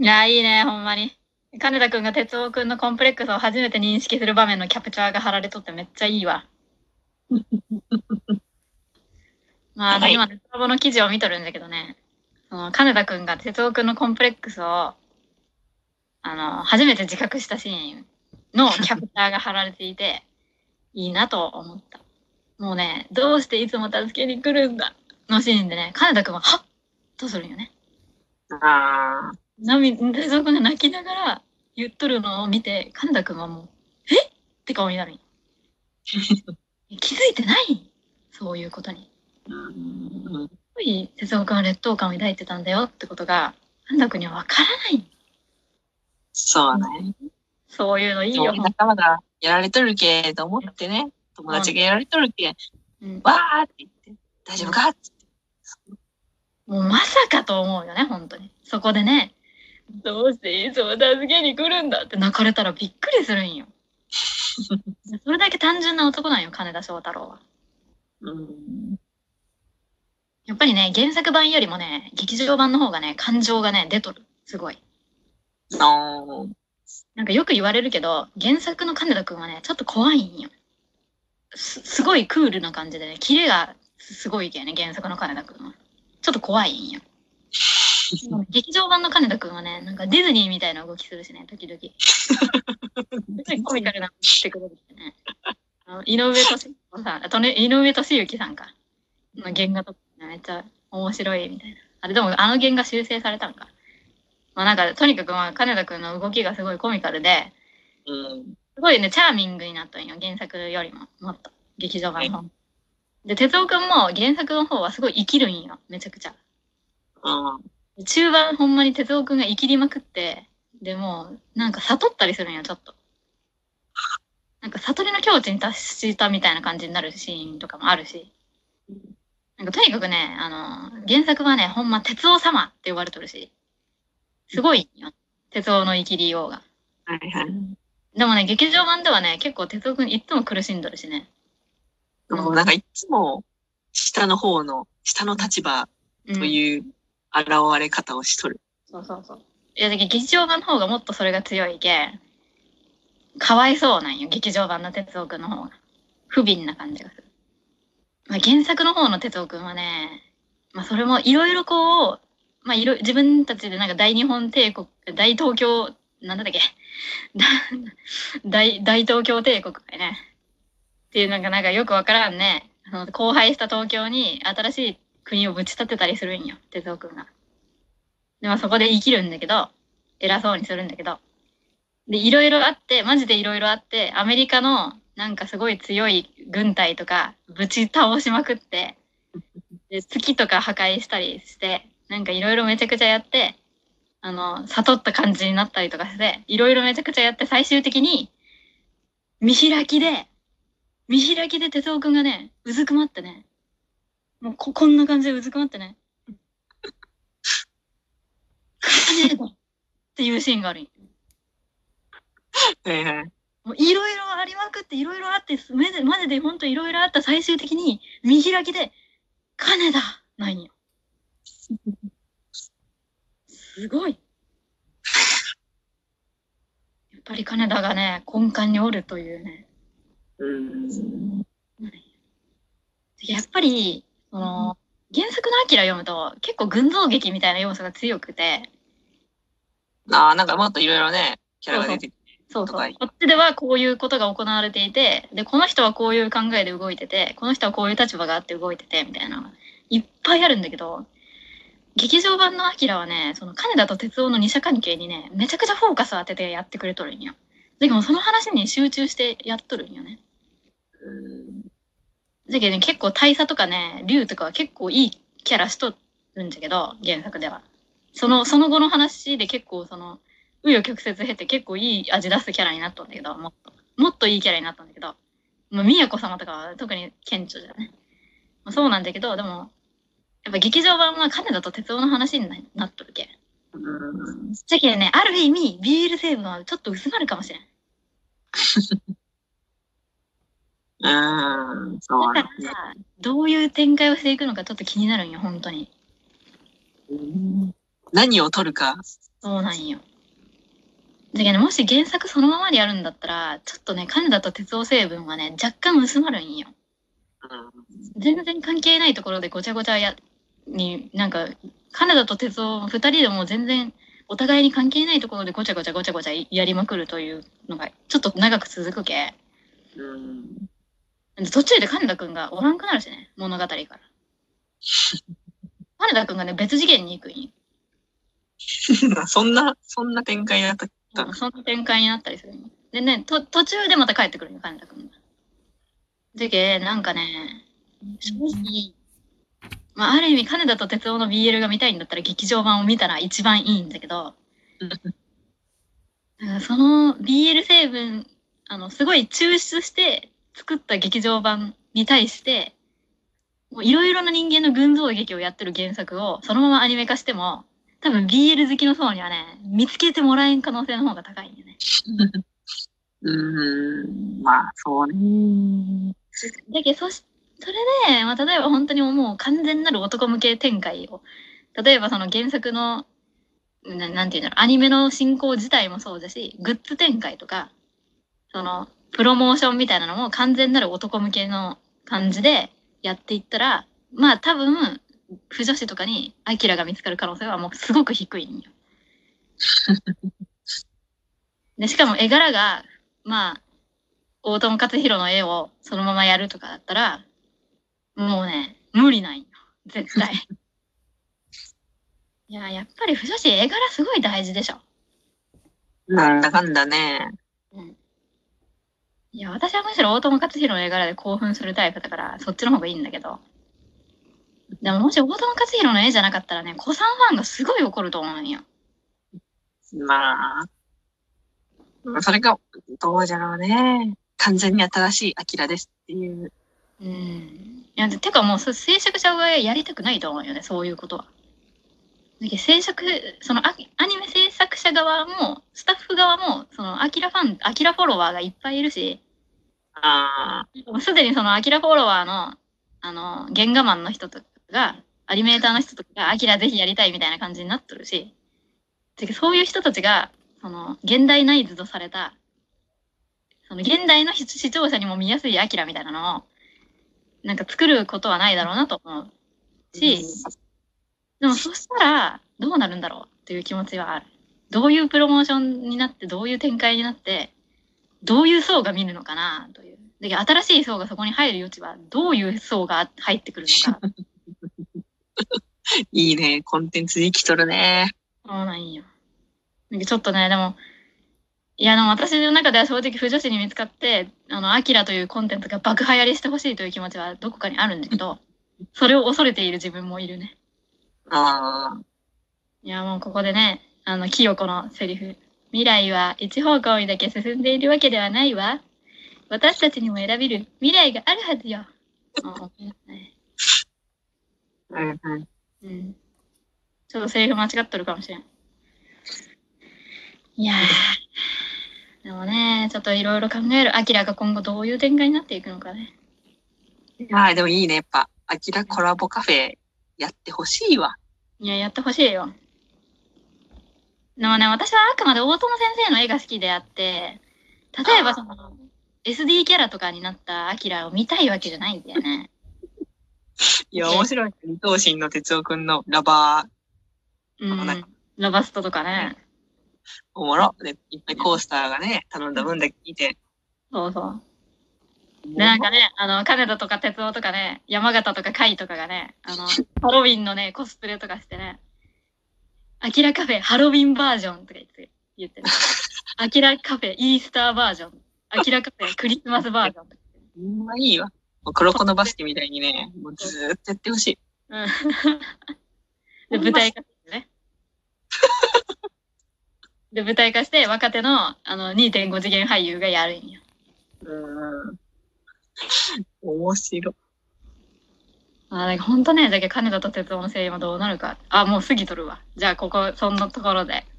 いや、いいね、ほんまに。金田くんが哲夫くんのコンプレックスを初めて認識する場面のキャプチャーが貼られとってめっちゃいいわ。まあ、 はい今、ネトラボの記事を見とるんだけどね、その金田くんが哲夫くんのコンプレックスを、初めて自覚したシーンのキャプチャーが貼られていて、いいなと思った。もうね、どうしていつも助けに来るんだのシーンでね、金田くんは、はっとするんよね。 ああ。 哲夫くんが泣きながら言っとるのを見て、金田くんはもう、えって顔になるんよ。気づいてないそういうことに。すごい哲夫くんは劣等感を抱いてたんだよってことが、金田くんにはわからない。 そうね。 そういうのいいよ。 仲間がやられとるけと思ってね、友達がやられとるけ、 うん、 わーって言って、大丈夫かって言って。 もうまさかと思うよね、本当に。そこでね、どうしていつも助けに来るんだって泣かれたらびっくりするんよ。それだけ単純な男なんよ、金田翔太郎は。やっぱりね、原作版よりもね、劇場版の方がね、感情がね、出とる。すごい。なんかよく言われるけど、原作の金田くんはね、ちょっと怖いんよ。すごいクールな感じでね、キレがすごいけね、原作の金田くんは。ちょっと怖いんよ。劇場版の金田くんはね、なんかディズニーみたいな動きするしね、時々。コミカルなしてくれるしね。井上俊之さんか。原画とかめっちゃ面白いみたいな。あれでも原画修正されたんか。まあなんかとにかくまあ金田くんの動きがすごいコミカルで、すごいねチャーミングになったんよ、原作よりももっと劇場版の方。で哲夫くんも原作の方はすごい生きるんよ、めちゃくちゃ。中盤ほんまに哲夫くんが生きりまくって、でもなんか悟ったりするんよ、ちょっと。なんか悟りの境地に達したみたいな感じになるシーンとかもあるし。なんかとにかくね、原作はね、ほんま哲夫様って呼ばれとるし、すごいよ。哲夫の生きりようが。 はいはい。 でもね、劇場版ではね、結構哲夫くんいつも苦しんどるしね。 なんかいつも下の方の、下の立場という現れ方をしとる。 そうそうそう。いや、劇場版の方がもっとそれが強いけん、かわいそうなんよ、劇場版の哲夫くんの方が。不憫な感じがする。まあ、原作の方の哲夫くんはね、まあそれもいろいろこう、まあ自分たちでなんか大日本帝国、大東京、なんだっけ大東京帝国かね。っていうのがなんかよくわからんね。荒廃した東京に新しい国をぶち立てたりするんよ、哲夫くんが。で、まあそこで生きるんだけど、偉そうにするんだけど。で、いろいろあって、マジでいろいろあって、アメリカのなんかすごい強い軍隊とかぶち倒しまくって、で月とか破壊したりして、なんかいろいろめちゃくちゃやって、悟った感じになったりとかして、いろいろめちゃくちゃやって、最終的に、見開きで哲夫くんがね、うずくまってね、もうこんな感じでうずくまってね、っていうシーンがあるんよ。もういろいろありまくって、いろいろあって、マジでほんといろいろあった最終的に、見開きで、金田なんよ。すごい。やっぱり金田がね、根幹におるというね。やっぱり、原作のアキラ読むと、結構群像劇みたいな要素が強くて。 なんかもっといろいろね、キャラが出てきて。 そうそう。こっちではこういうことが行われていて、で、この人はこういう考えで動いてて、この人はこういう立場があって動いてて、みたいなのがいっぱいあるんだけど、劇場版のアキラはね、その金田と哲夫の二者関係にね、めちゃくちゃフォーカス当ててやってくれとるんよ。だけどその話に集中してやっとるんよね。だけどね、結構大佐とかね、竜とかは結構いいキャラしとるんだけど、原作では。その後の話で結構紆余曲折経て結構いい味出すキャラになったんだけど、もっといいキャラになったんだけど、宮子様とかは特に顕著じゃね。そうなんだけど、でも、やっぱ劇場版は金田と哲夫の話になっとるけん。じゃけね、ある意味、BL 成分はちょっと薄まるかもしれん。 そうだからどういう展開をしていくのかちょっと気になるんよ、本当に。 何を取るかそうなんよ。だけど、もし原作そのままでやるんだったら、ちょっとね、金田と哲夫成分はね、若干薄まるんよ。全然関係ないところでごちゃごちゃなんか、金田と哲夫二人でも全然お互いに関係ないところでごちゃごちゃごちゃごちゃやりまくるというのが、ちょっと長く続くけ。途中で金田くんがおらんくなるしね、物語から。金田くんがね、別次元に行くんよ。 そんな展開だった。 そんな展開になったりするんよ。でね、途中でまた帰ってくるんよ、金田くんが。でけ、なんかね、正直、まあ、ある意味、金田と哲夫の BL が見たいんだったら劇場版を見たら一番いいんだけど、だからその BL 成分、すごい抽出して作った劇場版に対して、いろいろな人間の群像劇をやってる原作をそのままアニメ化しても、多分 BL 好きの層にはね、見つけてもらえん可能性の方が高いんよね。 まあ、そうね。 だけど、それで、まあ、例えば本当にもう完全なる男向け展開を、例えばその原作の、なんていうんだろう、アニメの進行自体もそうだし、グッズ展開とか、その、プロモーションみたいなのも完全なる男向けの感じでやっていったら、まあ多分、腐女子とかにアキラが見つかる可能性はもうすごく低いんよ。で、しかも絵柄が、まあ、大友克洋の絵をそのままやるとかだったら、もうね、無理ないよ。絶対。いや、やっぱり腐女子絵柄すごい大事でしょ。 なんだかんだね。 いや、私はむしろ大友克洋の絵柄で興奮するタイプだから、そっちの方がいいんだけど。でももし大友克洋の絵じゃなかったらね、古参ファンがすごい怒ると思うんよ。 まあ、それが、どうじゃろうね。完全に新しいアキラですっていう。 いや、てかもう、制作者はやりたくないと思うよね、そういうことは。そのアニメ制作者側も、スタッフ側も、そのアキラフォロワーがいっぱいいるし、すでにそのアキラフォロワーの、原画マンの人とかが、アニメーターの人とかが、アキラぜひやりたいみたいな感じになってるし、そういう人たちが、その、現代ナイズとされた、その、現代の視聴者にも見やすいアキラみたいなのを、なんか作ることはないだろうなと思うし、でもそしたらどうなるんだろうっていう気持ちはある。どういうプロモーションになって、どういう展開になって、どういう層が見るのかなという。で、新しい層がそこに入る余地は、どういう層が入ってくるのか。 いいね。コンテンツ生きとるね。 そうなんよ。ちょっとね、でも私の中では正直腐女子に見つかって、アキラというコンテンツが爆流行りしてほしいという気持ちはどこかにあるんだけど、それを恐れている自分もいるね。いや、もうここでね、清子のセリフ。未来は一方向にだけ進んでいるわけではないわ。私たちにも選べる未来があるはずよ。ちょっとセリフ間違ってるかもしれん。いやー、でもね、ちょっといろいろ考える。アキラが今後どういう展開になっていくのかね。 でもいいね。やっぱ、アキラコラボカフェやってほしいわ。 いや、やってほしいよ。でもね、私はあくまで大友先生の絵が好きであって、例えばその、SD キャラとかになったアキラを見たいわけじゃないんだよね。 いや、面白い。二頭身の哲夫くんのラバー。ラバストとかね。 おもろ。で、いっぱいコースターがね、頼んだ分だけ見て。 そうそう。で、なんかね、金田とか哲夫とかね、山形とか海とかがね、ハロウィンのね、コスプレとかしてね、アキラカフェハロウィンバージョンとか言ってね。アキラカフェイースターバージョン。アキラカフェクリスマスバージョン。 いいわ。黒子のバスケみたいにね、もうずーっとやってほしい。 で、舞台化してね。で、舞台化して若手の、2.5 次元俳優がやるんよ。 面白い。 ほんとね、だけど金田と哲夫の声優もどうなるか。もう過ぎとるわ。じゃあ、そんなところで。